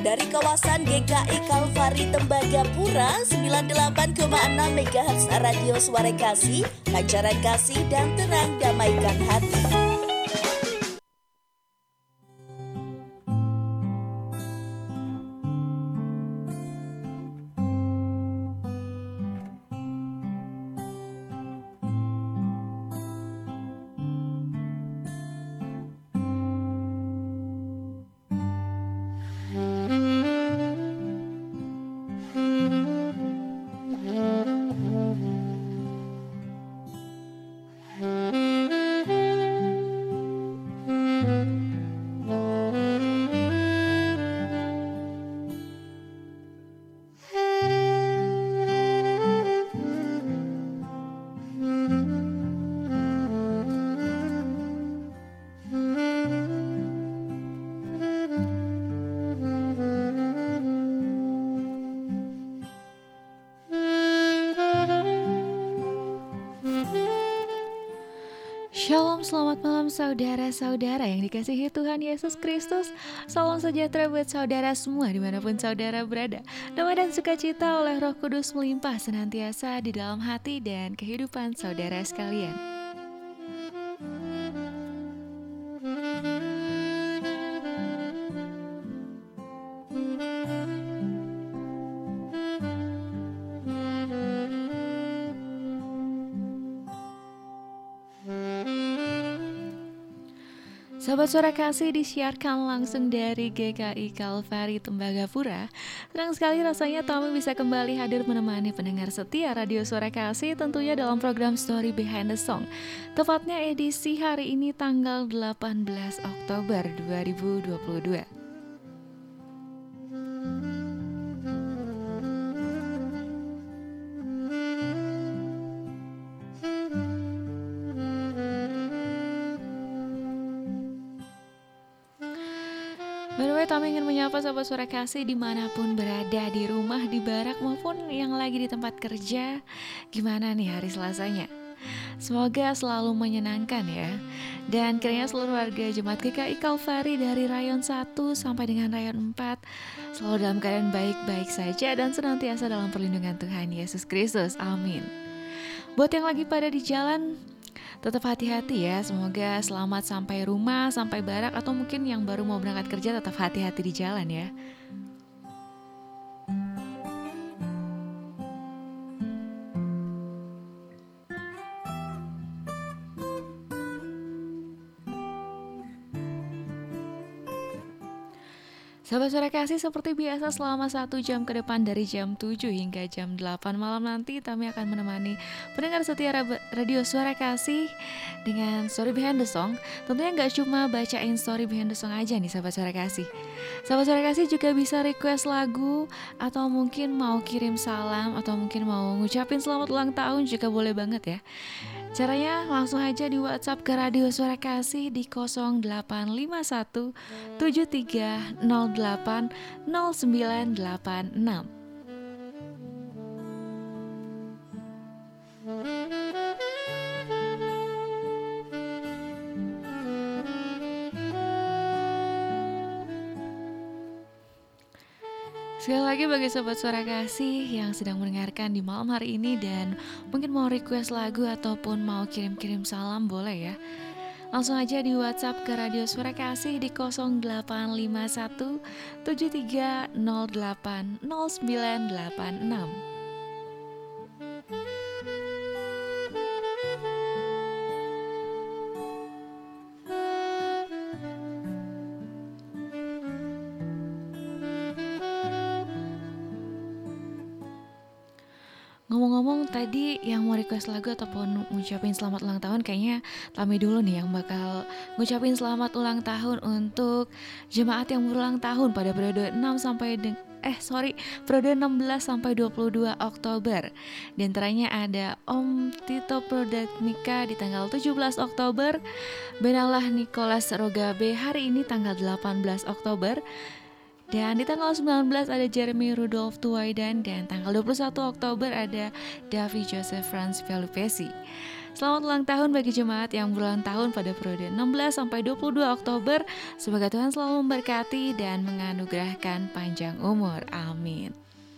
Dari kawasan GKI Kalvari Tembagapura 98,6 MHz Radio Suara Kasih, pancaran kasih dan terang damaikan hati. Shalom, selamat malam saudara-saudara yang dikasihi Tuhan Yesus Kristus. Salam sejahtera buat saudara semua dimanapun saudara berada. Damai dan sukacita oleh Roh Kudus melimpah senantiasa di dalam hati dan kehidupan saudara sekalian. Sahabat Suara Kasih disiarkan langsung dari GKI Kalvari Tembagapura. Senang sekali rasanya Tommy bisa kembali hadir menemani pendengar setia Radio Suara Kasih tentunya dalam program Story Behind the Song. Tepatnya edisi hari ini tanggal 18 Oktober 2022. By the way, Tommy ingin menyapa sahabat Suara Kasih dimanapun berada, di rumah, di barak, maupun yang lagi di tempat kerja. Gimana nih hari Selasanya? Semoga selalu menyenangkan ya. Dan kiranya seluruh warga Jemaat GKI Kalvari dari Rayon 1 sampai dengan Rayon 4 selalu dalam keadaan baik-baik saja dan senantiasa dalam perlindungan Tuhan Yesus Kristus. Amin. Buat yang lagi pada di jalan, tetap hati-hati ya, semoga selamat sampai rumah, sampai barak, atau mungkin yang baru mau berangkat kerja tetap hati-hati di jalan ya. Sahabat Suara Kasih, seperti biasa selama 1 jam ke depan dari jam 7 hingga jam 8 malam nanti kami akan menemani pendengar setia Radio Suara Kasih dengan Story Behind the Song. Tentunya gak cuma bacain Story Behind the Song aja nih Sahabat Suara Kasih. Sahabat Suara Kasih juga bisa request lagu, atau mungkin mau kirim salam, atau mungkin mau ngucapin selamat ulang tahun juga boleh banget ya. Caranya langsung aja di WhatsApp ke Radio Suara Kasih di 0851 7308 0986. Sekali lagi bagi Sobat Suara Kasih yang sedang mendengarkan di malam hari ini dan mungkin mau request lagu ataupun mau kirim-kirim salam boleh ya. Langsung aja di WhatsApp ke Radio Suara Kasih di 0851 7308 0986. Ngomong-ngomong tadi yang mau request lagu ataupun ngucapin selamat ulang tahun, kayaknya Tami dulu nih yang bakal ngucapin selamat ulang tahun untuk jemaat yang berulang tahun pada periode 16 sampai 22 Oktober. Di antaranya ada Om Tito Prodadmika di tanggal 17 Oktober, Benalah Nicholas Rogabe hari ini tanggal 18 Oktober. Dan di tanggal 19 ada Jeremy Rudolf Tuwaidan, dan tanggal 21 Oktober ada Davi Joseph Franz Velupesi. Selamat ulang tahun bagi jemaat yang berulang tahun pada periode 16 sampai 22 Oktober. Semoga Tuhan selalu memberkati dan menganugerahkan panjang umur. Amin.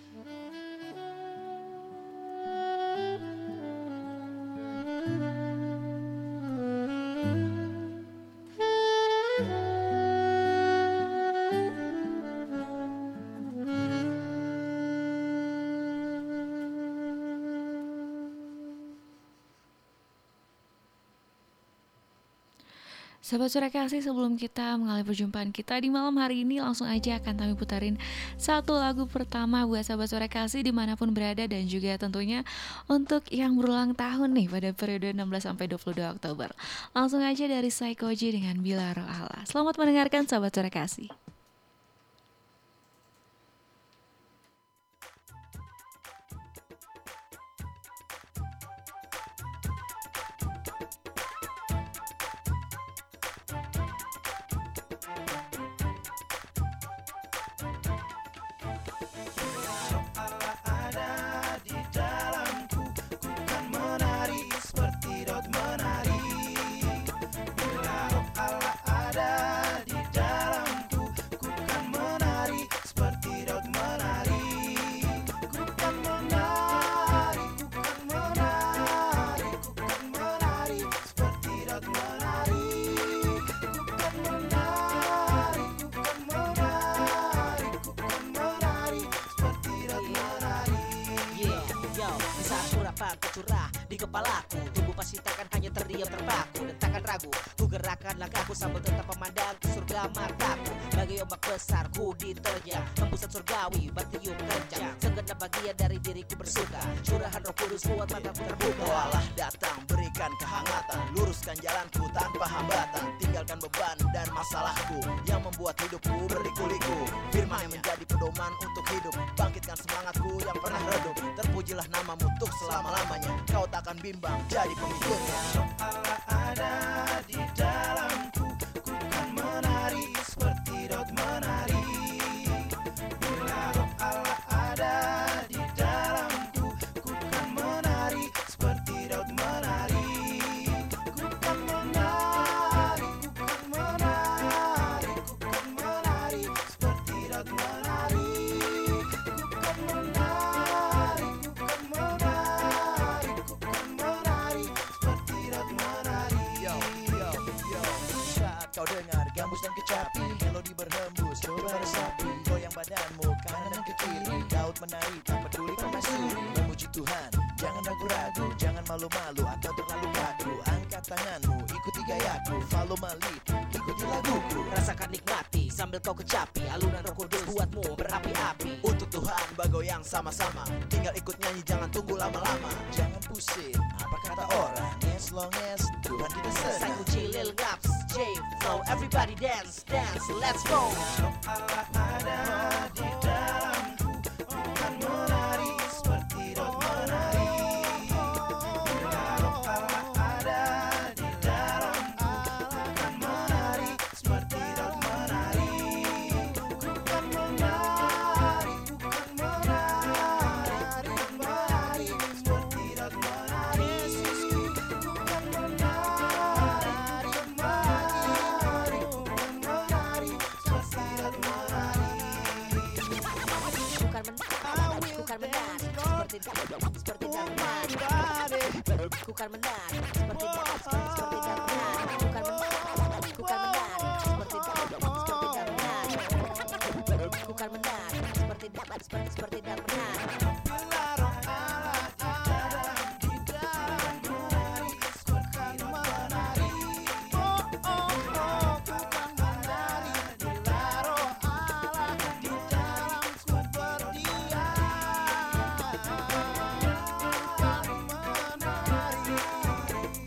Sahabat Suara Kasih, sebelum kita mengalami perjumpaan kita di malam hari ini, langsung aja akan kami putarin satu lagu pertama buat sahabat Suara Kasih dimanapun berada, dan juga tentunya untuk yang berulang tahun nih pada periode 16 sampai 22 Oktober. Langsung aja dari Saikoji dengan Bila Roh Allah. Selamat mendengarkan sahabat Suara Kasih. Curah di kepalaku, tubuh pasti takkan hanya terdiam terpaku dan takkan ragu. Ku gerakkan langkahku sambil tetap memandang ke surga mataku. Bagai ombak besar ku diterjang, hembusan surgawi bertiup kencang. Segenap bagian dari diriku bersuka, curahan Roh Kudus buat mataku terbuka. Allah datang berikan kehangatan, luruskan jalanku tanpa hambatan. Tinggalkan beban dan masalahku yang membuat hidupku berliku-liku. Firman yang menjadi pedoman untuk hidup, bangkitkan semangatku yang pernah redup. Terpujilah namamu untuk selama-lamanya, kau takkan bimbang jadi pengikutnya. Allah ada di dalamku, ku kan menari seperti Daud menari. Bila Roh Allah ada di dalamku, ku kan menari seperti Daud menari. Ku kan menari, ku kan menari, ku kan menari seperti Daud menari. Ku kan menari, ku kan menari, ku kan menari seperti Daud menari. Saat kau dengar gambus dan kecapi, melodi berhembus, coba resapi, goyang badanmu kanan dan ke kiri. Daud menari tak peduli permaisuri, memuji Tuhan, jangan ragu-ragu, jangan malu-malu atau terlalu kaku. Angkat tanganmu, ikuti gayaku, follow my lead, ikuti laguku. Rasakan nikmati sambil kau kecapi, alunan Roh Kudus buatmu berapi-api. Untuk Tuhan bergoyang sama-sama, tinggal ikut nyanyi, jangan tunggu lama-lama. Jangan pusing apa kata orang, as long as Tuhan kita senang. Saya uji Lil Gaps, J Flow, everybody dance, dance, let's go. Allah ada di dalamku, kan menari seperti Daud menari. Bila Roh Allah ada di dalamku, kan menari seperti Daud menari. Ku kan menari, ku kan menari, ku kan menari seperti Daud menari. Ku kan menari, ku kan menari, ku kan menari seperti Daud menari. Bukan benar seperti Daud menari. Bukan benar seperti Daud menari. Bukan benar seperti Daud menari. Bila Roh Allah ada di dalamku, bukan menari. Oh oh oh, bukan menari. Bila Roh Allah di dalamku berdiam, bukan menari.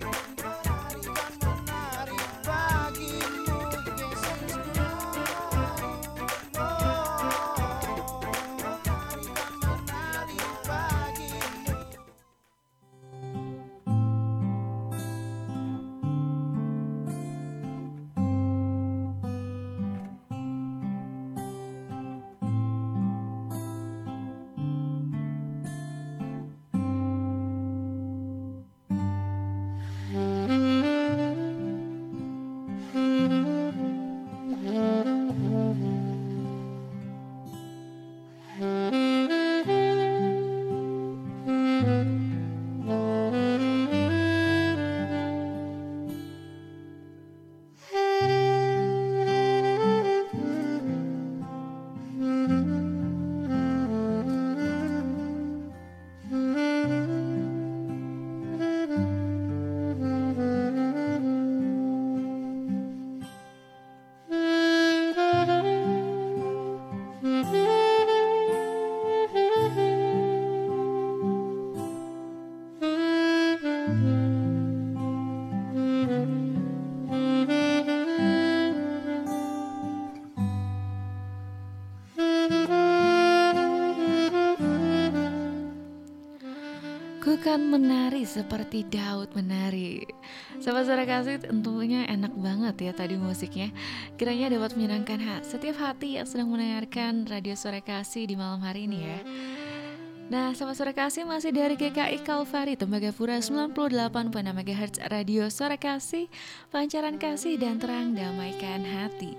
Bukan menari seperti Daud menari. Sahabat Suara Kasih, tentunya enak banget ya tadi musiknya. Kiranya dapat menyenangkan setiap hati yang sedang mendengarkan Radio Suara Kasih di malam hari ini ya. Nah, Sahabat Suara Kasih, masih dari GKI Kalvari Tembagapura 98.6 MHz Radio Suara Kasih, pancaran kasih dan terang damaikan hati.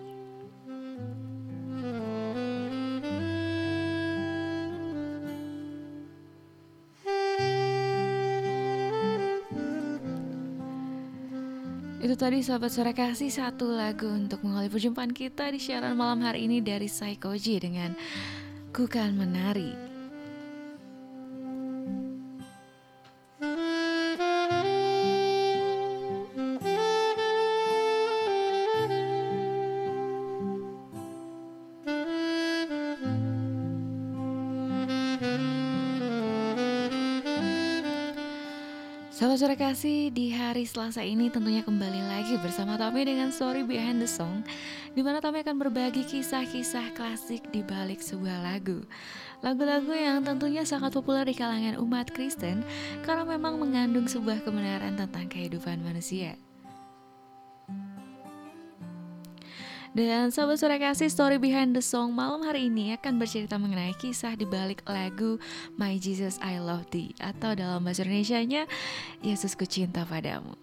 Itu tadi Sahabat Suara Kasih, satu lagu untuk mengawali perjumpaan kita di siaran malam hari ini dari Saikoji dengan Ku Kan Menari. Sahabat Suara Kasih, di hari Selasa ini tentunya kembali lagi bersama Tami dengan Story Behind the Song, di mana Tami akan berbagi kisah-kisah klasik di balik sebuah lagu. Lagu-lagu yang tentunya sangat populer di kalangan umat Kristen karena memang mengandung sebuah kebenaran tentang kehidupan manusia. Dan Sahabat Suara Kasih, Story Behind the Song malam hari ini akan bercerita mengenai kisah di balik lagu My Jesus I Love Thee, atau dalam bahasa Indonesianya, Yesusku Cinta Padamu.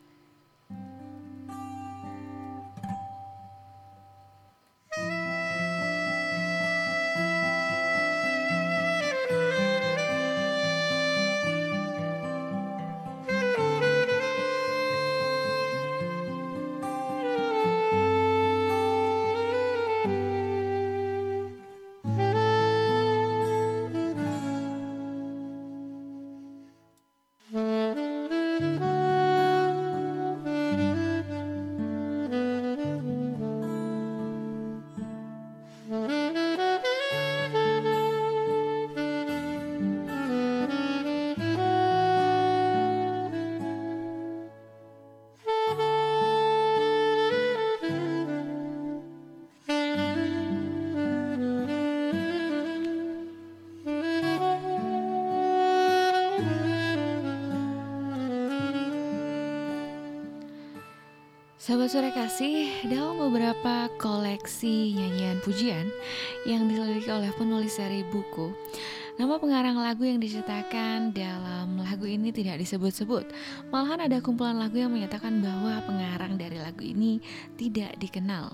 Sahabat Suara Kasih, dalam beberapa koleksi nyanyian pujian yang diteliti oleh penulis seri buku, nama pengarang lagu yang diceritakan dalam lagu ini tidak disebut-sebut. Malahan ada kumpulan lagu yang menyatakan bahwa pengarang dari lagu ini tidak dikenal.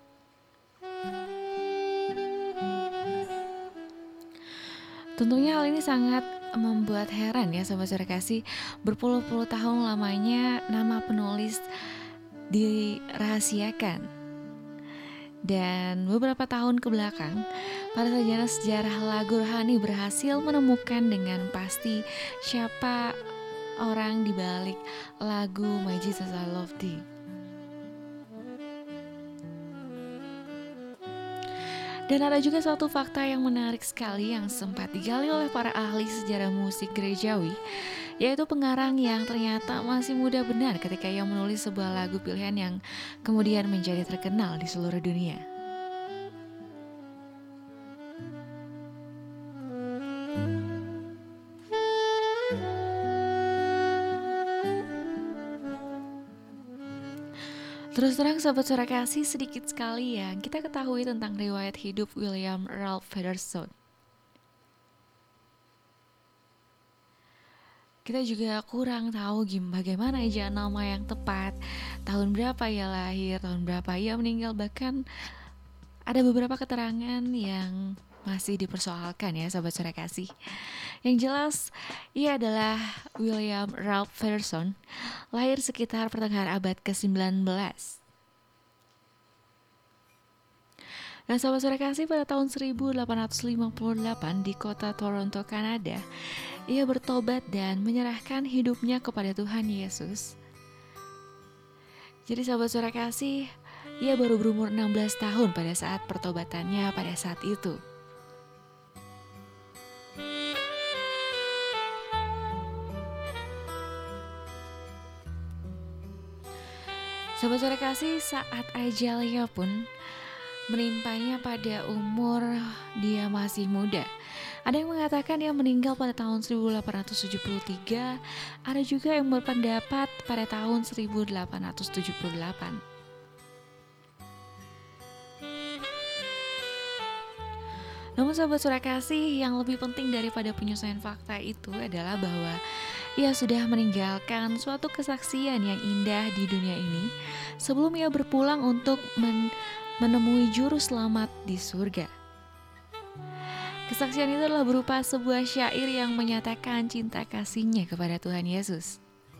Tentunya hal ini sangat membuat heran ya Sahabat Suara Kasih. Berpuluh-puluh tahun lamanya nama penulis dirahasiakan, dan beberapa tahun ke belakang para sarjana sejarah lagu rohani berhasil menemukan dengan pasti siapa orang di balik lagu My Jesus I Love Thee. Dan ada juga suatu fakta yang menarik sekali yang sempat digali oleh para ahli sejarah musik gerejawi, yaitu pengarang yang ternyata masih muda benar ketika ia menulis sebuah lagu pilihan yang kemudian menjadi terkenal di seluruh dunia. Terus terang Sahabat Suara Kasih, sedikit sekali yang kita ketahui tentang riwayat hidup William Ralph Featherstone. Kita juga kurang tahu bagaimana aja nama yang tepat, tahun berapa ia lahir, tahun berapa ia meninggal, bahkan ada beberapa keterangan yang masih dipersoalkan ya Sahabat Suara Kasih. Yang jelas, ia adalah William Ralph Featherstone, lahir sekitar pertengahan abad ke-19. Nah Sahabat Suara Kasih, pada tahun 1858 di kota Toronto, Kanada, ia bertobat dan menyerahkan hidupnya kepada Tuhan Yesus. Jadi Sahabat Suara Kasih, ia baru berumur 16 tahun pada saat pertobatannya pada saat itu. Sahabat Suara Kasih, saat ajalnya pun menimpanya pada umur dia masih muda. Ada yang mengatakan dia meninggal pada tahun 1873, ada juga yang berpendapat pada tahun 1878. Namun sahabat Surah Kasih, yang lebih penting daripada penyelesaian fakta itu adalah bahwa ia sudah meninggalkan suatu kesaksian yang indah di dunia ini sebelum ia berpulang untuk menemui juru selamat di surga. Kesaksian itu adalah berupa sebuah syair yang menyatakan cinta kasihnya kepada Tuhan Yesus.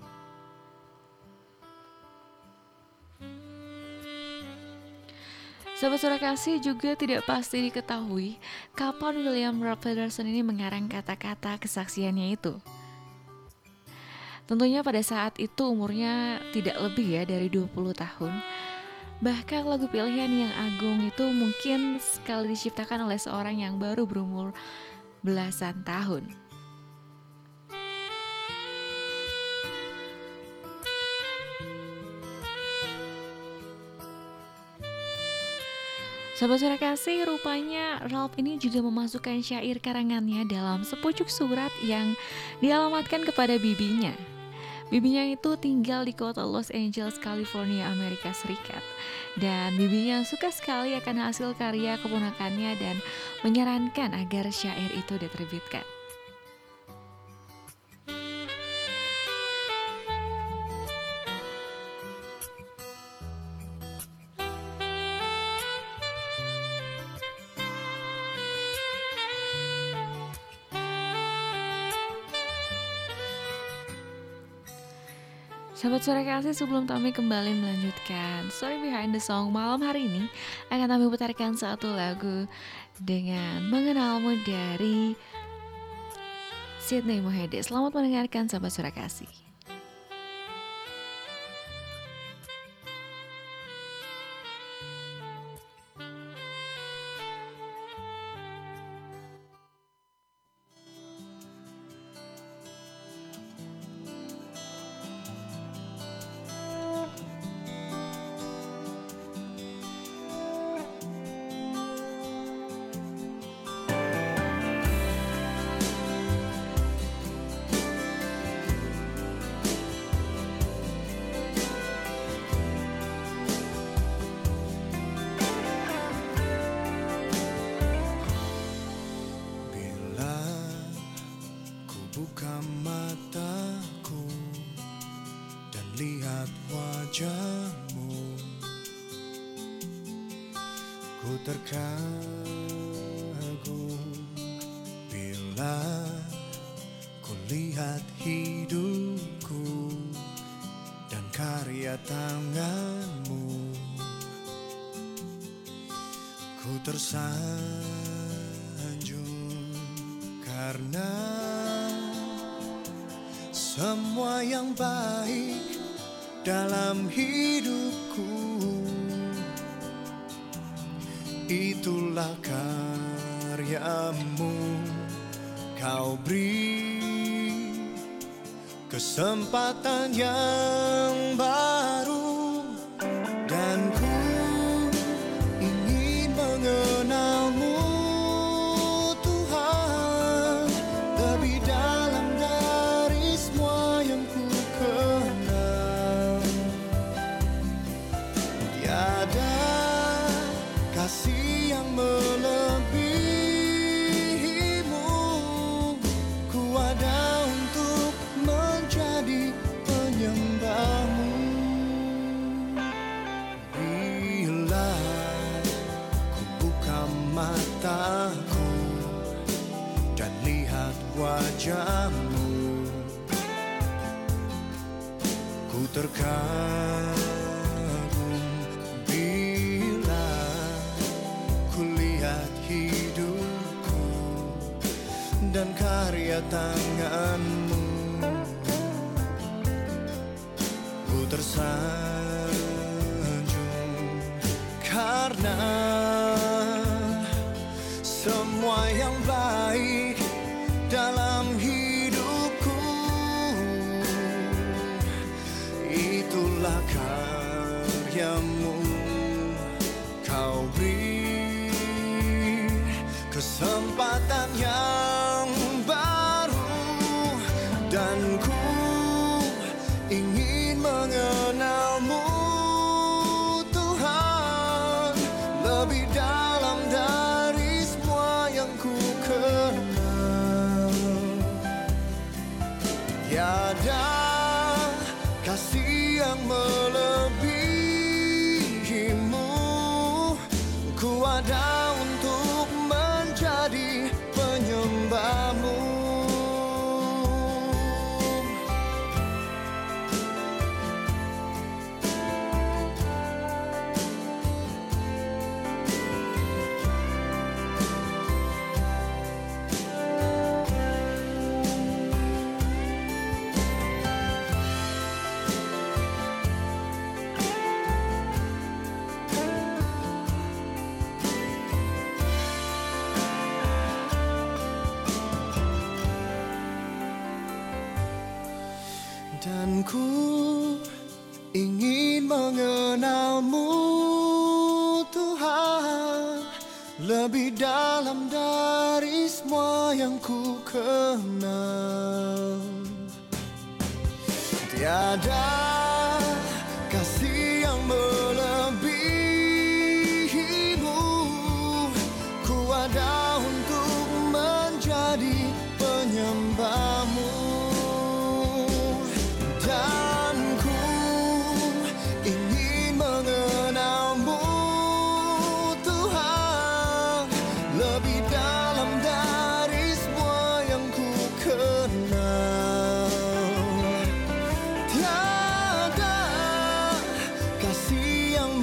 Sahabat Surah Kasih, juga tidak pasti diketahui kapan William Robb Pedersen ini mengarang kata-kata kesaksiannya itu. Tentunya pada saat itu umurnya tidak lebih dari 20 tahun. Bahkan lagu pilihan yang agung itu mungkin sekali diciptakan oleh seorang yang baru berumur belasan tahun. Sahabat Surah Kasih, rupanya Ralph ini juga memasukkan syair karangannya dalam sepucuk surat yang dialamatkan kepada bibinya. Bibinya itu tinggal di kota Los Angeles, California, Amerika Serikat. Dan bibinya suka sekali akan hasil karya keponakannya dan menyarankan agar syair itu diterbitkan. Sahabat Surah Kasih, sebelum kami kembali melanjutkan story behind the song malam hari ini, akan kami putarkan satu lagu dengan Mengenalmu dari Sydney Mohede. Selamat mendengarkan sahabat Surah Kasih. Buka mataku dan lihat wajahmu, ku terkagum bila ku lihat hidupku dan karya tanganmu. Ku tersanjung karena semua yang baik dalam hidupku, itulah karyamu. Kau beri kesempatan yang baru, dan ku ingin mengenalmu Tuhan lebih dalam dari semua yang ku kenal. Tiada kasih yang melebihimu, ku ada untuk menjadi penyembahmu. Bila ku buka mataku dan lihat wajahmu, ku terkagum bila ku lihat hidupku dan karya tanganmu. Ku tersanjung karena semua yang baik dalam hidupku, itulah karyamu. Kau beri kesempatan yang lebih dalam dari semua yang ku kenal. Tiada kasih yang melebihimu. Ku ada untuk menjadi penyembahmu. Dan ku ingin mengenalmu Tuhan, lebih dalam dari semua yang ku kenal. Tiada kasih yang melebihimu. Ku ada untuk menjadi penyembahmu. Dan ku ingin mengenalmu Tuhan, lebih dalam dari semua yang ku kenal. Tiada kasih yang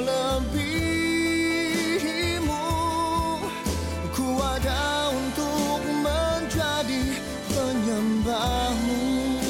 melebihimu. Ku ada untuk menjadi penyembahmu.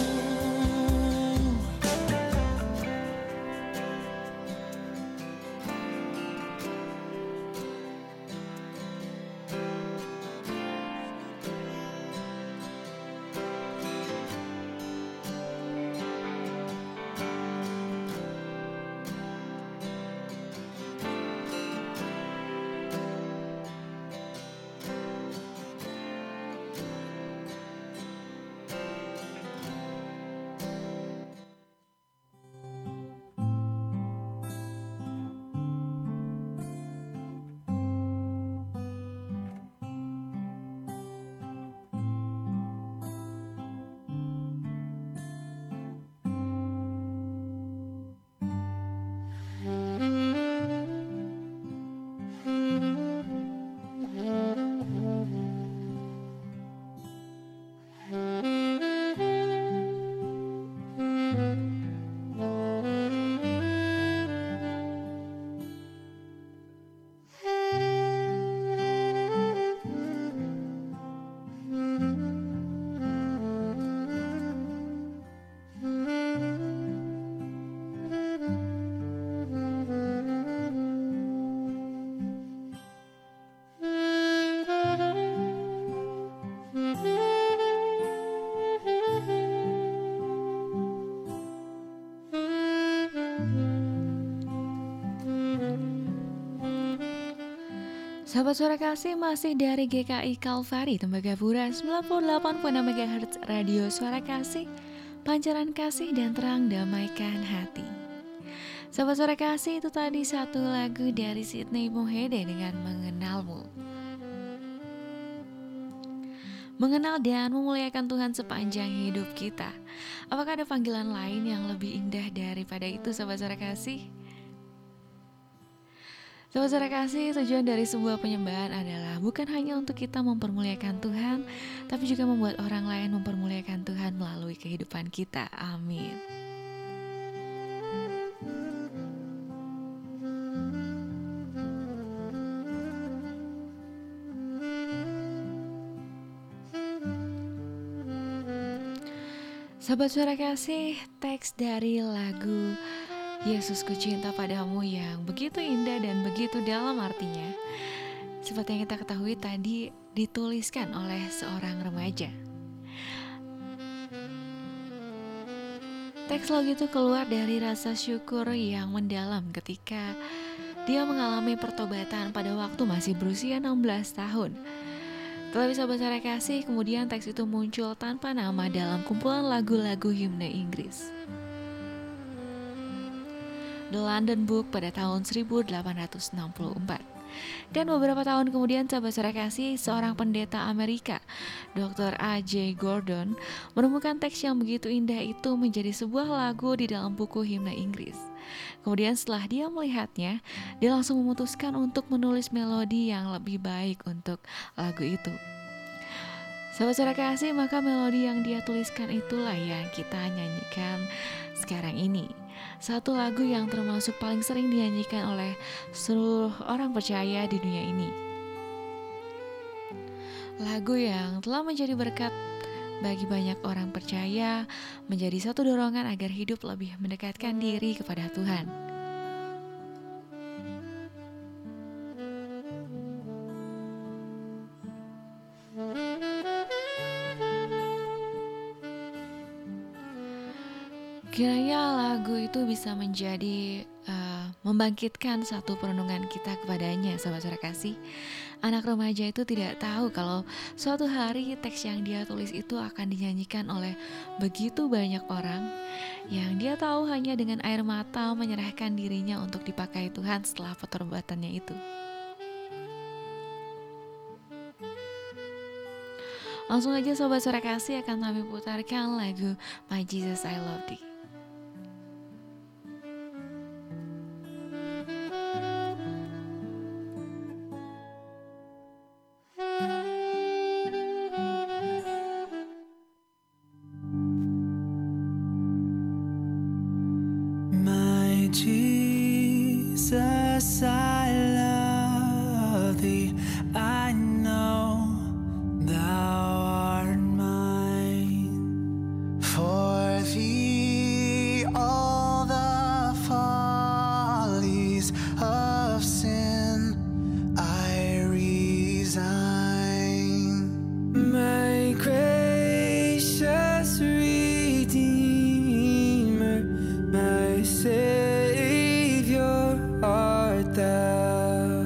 Sahabat Suara Kasih, masih dari GKI Kalvari Tembagapura 98.6 MHz Radio Suara Kasih, pancaran kasih dan terang damaikan hati. Sahabat Suara Kasih, itu tadi satu lagu dari Sydney Mohede dengan Mengenalmu. Mengenal dan memuliakan Tuhan sepanjang hidup kita. Apakah ada panggilan lain yang lebih indah daripada itu, sahabat Suara Kasih? Sahabat Suara Kasih, tujuan dari sebuah penyembahan adalah bukan hanya untuk kita mempermuliakan Tuhan, tapi juga membuat orang lain mempermuliakan Tuhan melalui kehidupan kita. Amin. Sahabat Suara Kasih, teks dari lagu Yesus, ku cinta padamu yang begitu indah dan begitu dalam artinya, seperti yang kita ketahui tadi, dituliskan oleh seorang remaja. Teks lagu itu keluar dari rasa syukur yang mendalam ketika dia mengalami pertobatan pada waktu masih berusia 16 tahun. Tetapi sahabat Suara Kasih, kemudian teks itu muncul tanpa nama dalam kumpulan lagu-lagu himne Inggris. The London Book pada tahun 1864. Dan beberapa tahun kemudian, sahabat suara kasih, seorang pendeta Amerika, Dr. A.J. Gordon, menemukan teks yang begitu indah itu menjadi sebuah lagu di dalam buku himne Inggris. Kemudian setelah dia melihatnya, dia langsung memutuskan untuk menulis melodi yang lebih baik untuk lagu itu. Sahabat suara kasih, maka melodi yang dia tuliskan itulah yang kita nyanyikan sekarang ini. Satu lagu yang termasuk paling sering dinyanyikan oleh seluruh orang percaya di dunia ini. Lagu yang telah menjadi berkat bagi banyak orang percaya, menjadi satu dorongan agar hidup lebih mendekatkan diri kepada Tuhan. Kiranya lagu itu bisa menjadi membangkitkan satu perenungan kita kepadanya, sahabat suara kasih. Anak remaja itu tidak tahu kalau suatu hari teks yang dia tulis itu akan dinyanyikan oleh begitu banyak orang, yang dia tahu hanya dengan air mata menyerahkan dirinya untuk dipakai Tuhan setelah pertobatannya itu. Langsung aja sobat suara kasih, akan kami putarkan lagu My Jesus I Love Thee. My Jesus, I love thee. I know thou art mine. For thee all the follies of sin I resign. My gracious Redeemer, my Savior art thou.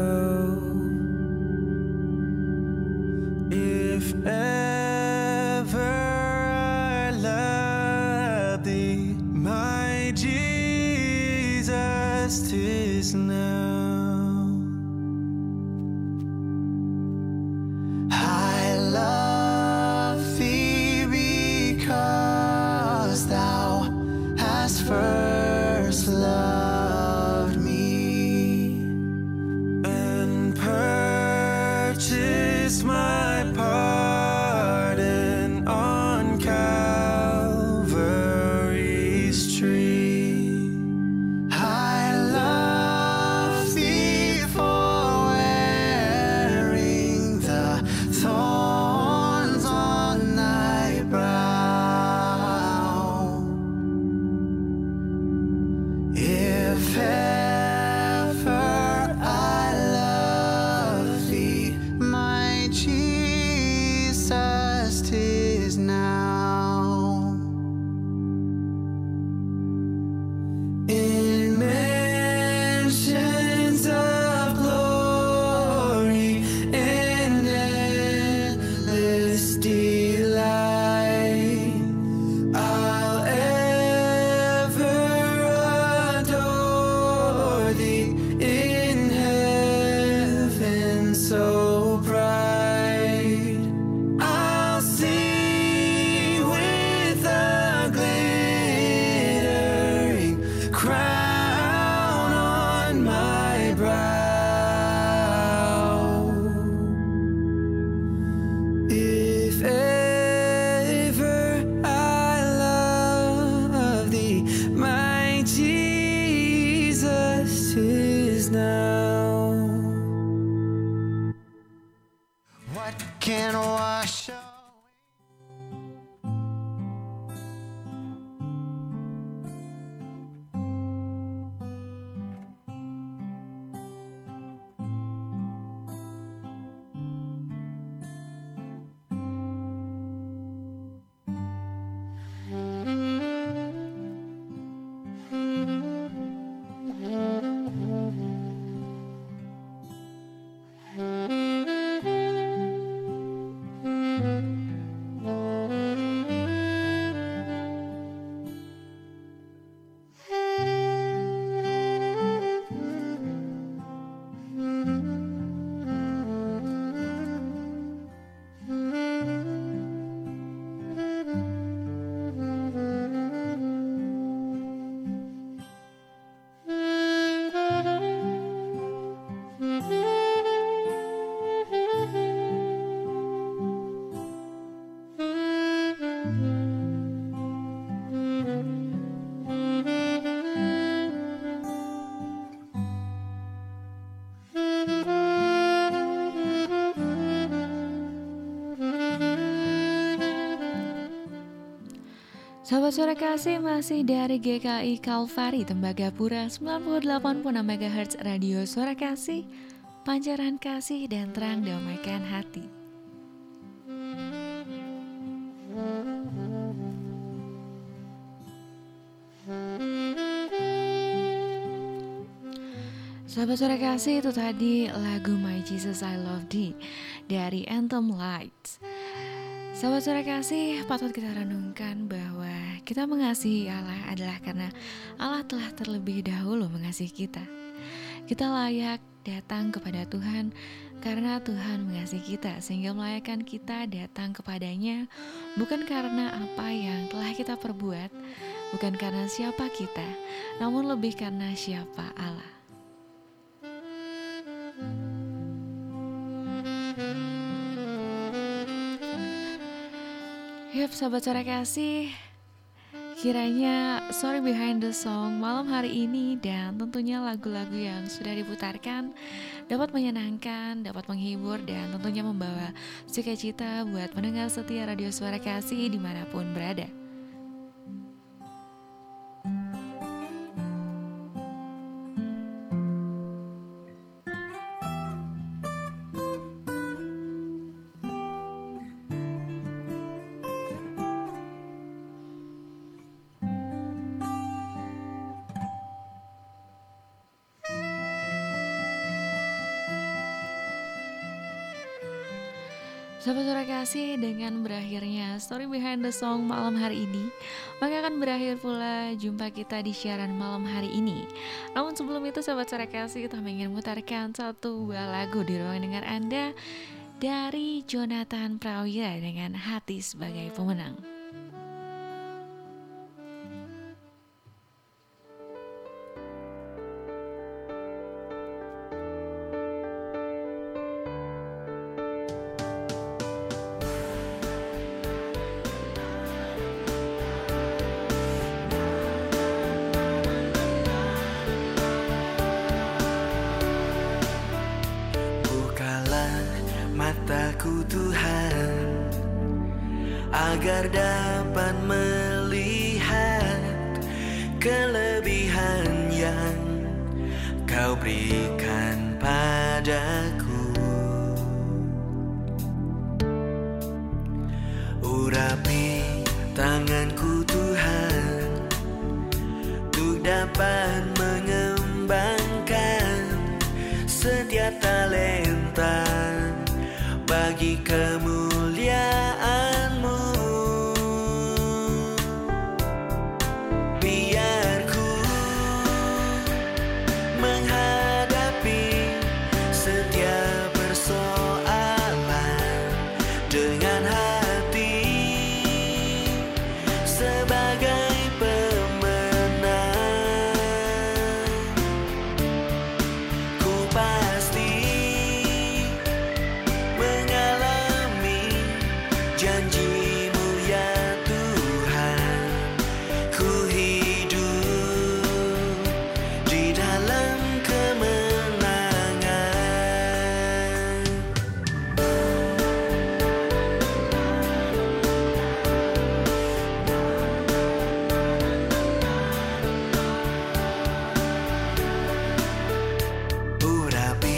If ever I loved thee, my Jesus, 'tis now. I love thee because thou hast first loved me And purchase my pardon on Calvary's tree. I love thee for wearing the thorns on thy brow. If ever I love thee, my Jesus, 'tis now. In mansions of glory and endless delight, I'll ever adore thee in heaven so bright. I'll sing with a glittering crown on my brow. If ever I love thee, my Jesus, 'tis now. What can wash away? Sahabat Suara Kasih, masih dari GKI Kalvari Tembagapura 98.6 MHz Radio Suara Kasih, pancaran kasih dan terang damaikan hati. Sahabat Suara Kasih, itu tadi lagu My Jesus I Love Thee dari Anthem Lights. Sahabat Suara Kasih, patut kita renungkan bahwa kita mengasihi Allah adalah karena Allah telah terlebih dahulu mengasihi kita. Kita layak datang kepada Tuhan karena Tuhan mengasihi kita, sehingga melayakkan kita datang kepadanya bukan karena apa yang telah kita perbuat, bukan karena siapa kita, namun lebih karena siapa Allah. Yap, sahabat Suara Kasih, kiranya story behind the song malam hari ini dan tentunya lagu-lagu yang sudah diputarkan dapat menyenangkan, dapat menghibur, dan tentunya membawa sukacita buat pendengar setia Radio Suara Kasih dimanapun berada. Sahabat Suara Kasih, dengan berakhirnya story behind the song malam hari ini, maka akan berakhir pula jumpa kita di siaran malam hari ini. Namun sebelum itu, sahabat Suara Kasih, kita ingin memutarkan satu buah lagu di ruang dengar Anda dari Jonathan Prawira dengan Hati Sebagai Pemenang. Mataku Tuhan, agar dapat melihat kelebihan yang Kau berikan padaku. Urapi tanganku Tuhan, untuk dapat mengembangkan setiap talenta bagi kemuliaan-Mu. Biar ku menghadapi setiap persoalan dengan hati sebagai pemenang. Ku pasti janji-Mu ya Tuhan, ku hidup di dalam kemenangan. Urapi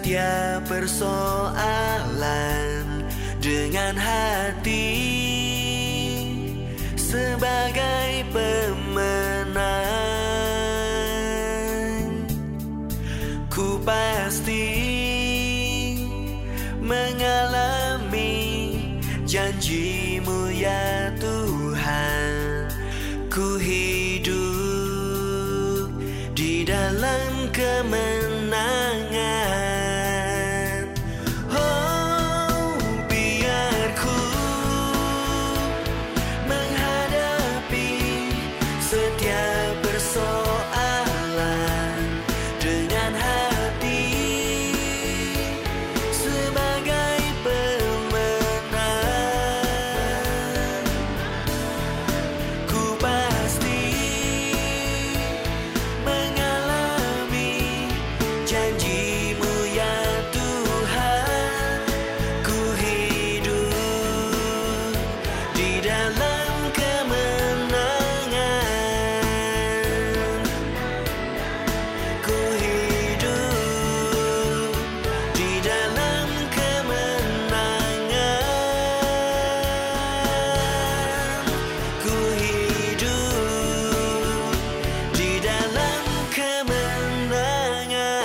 setiap persoalan dengan hati sebagai pemenang. Ku pasti mengalami janji-Mu ya Tuhan. Ku hidup di dalam kemenangan. Oh, biar ku menghadapi setiap persoalan dengan hati sebagai pemenang. Ku pasti mengalami janji-Mu ya Tuhan. Ku hidup di dalam kemenangan. Ku hidup di dalam kemenangan. Ku hidup di dalam kemenangan.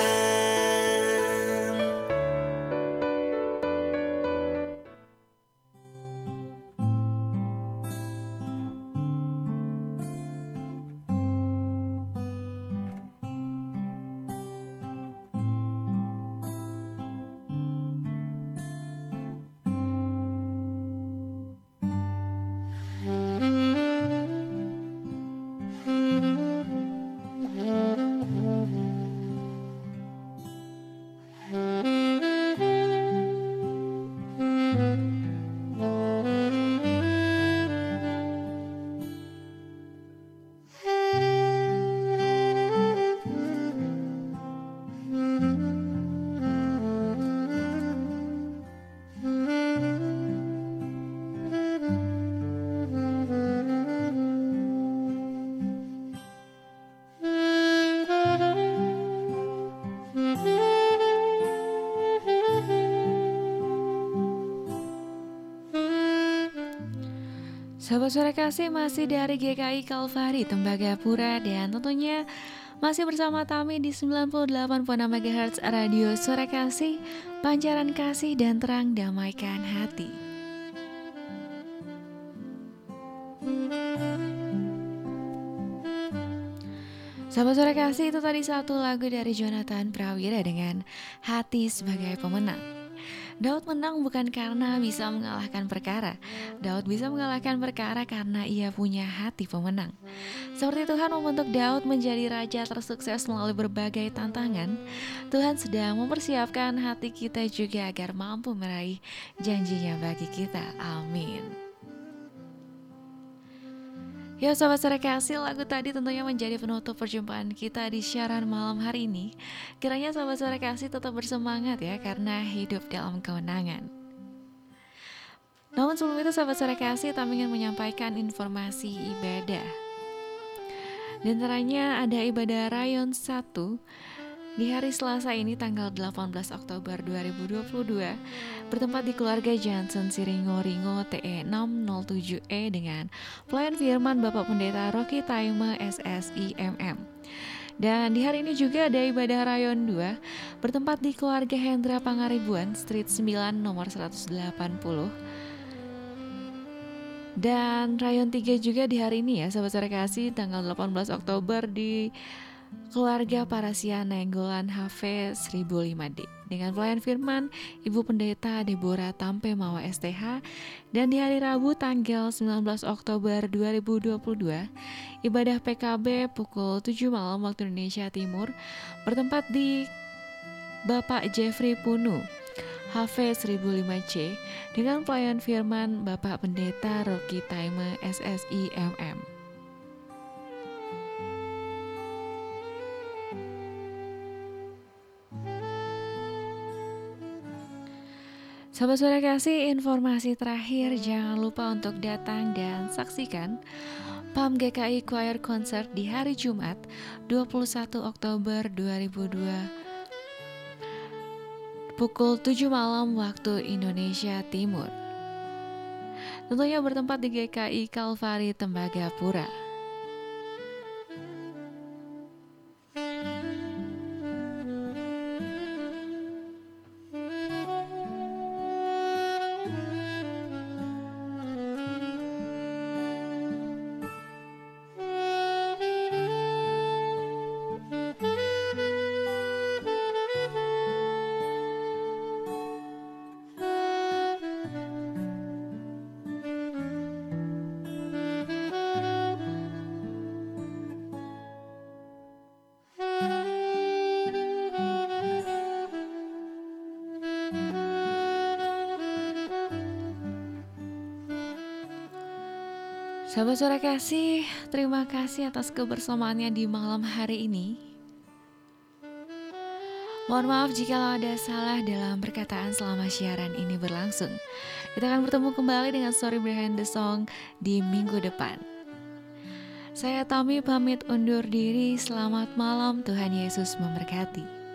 Sahabat Suara Kasih, masih dari GKI Kalvari Tembagapura dan tentunya masih bersama Tami di 98.6 MHz Radio Suara Kasih, pancaran kasih dan terang damaikan hati. Sahabat Suara Kasih, itu tadi satu lagu dari Jonathan Prawira dengan Hati Sebagai Pemenang. Daud menang bukan karena bisa mengalahkan perkara. Daud bisa mengalahkan perkara karena ia punya hati pemenang. Seperti Tuhan membentuk Daud menjadi raja tersukses melalui berbagai tantangan, Tuhan sedang mempersiapkan hati kita juga agar mampu meraih janjinya bagi kita. Amin. Ya sahabat Suara Kasih, lagu tadi tentunya menjadi penutup perjumpaan kita di siaran malam hari ini. Kiranya sahabat Suara Kasih tetap bersemangat ya, karena hidup dalam kemenangan. Namun sebelum itu sahabat Suara Kasih, kami ingin menyampaikan informasi ibadah. Di antaranya ada ibadah Rayon 1 di hari Selasa ini tanggal 18 Oktober 2022 bertempat di keluarga Johnson Siringo-Ringo TE 607E dengan pelayan firman Bapak Pendeta Rocky Taime SSI MM. Dan di hari ini juga ada ibadah Rayon 2 bertempat di keluarga Hendra Pangaribuan Street 9 nomor 180. Dan Rayon 3 juga di hari ini ya sahabat Suara Kasih, tanggal 18 Oktober di keluarga Parasia Nenggolan HV 1005D dengan pelayan firman Ibu Pendeta Deborah Tampe Mawa STH. Dan di hari Rabu tanggal 19 Oktober 2022 ibadah PKB pukul 7 malam waktu Indonesia Timur bertempat di Bapak Jeffrey Punu HV 1005C dengan pelayan firman Bapak Pendeta Rocky Taime SSI MM. Sahabat Suara Kasih, informasi terakhir, jangan lupa untuk datang dan saksikan PAM GKI Choir Concert di hari Jumat 21 Oktober 2022 pukul 7 malam waktu Indonesia Timur. Tentunya bertempat di GKI Kalvari Tembagapura. Sahabat Suara Kasih, terima kasih atas kebersamaannya di malam hari ini. Mohon maaf jika ada salah dalam perkataan selama siaran ini berlangsung. Kita akan bertemu kembali dengan Story Behind the Song di minggu depan. Saya Tami pamit undur diri, selamat malam, Tuhan Yesus memberkati.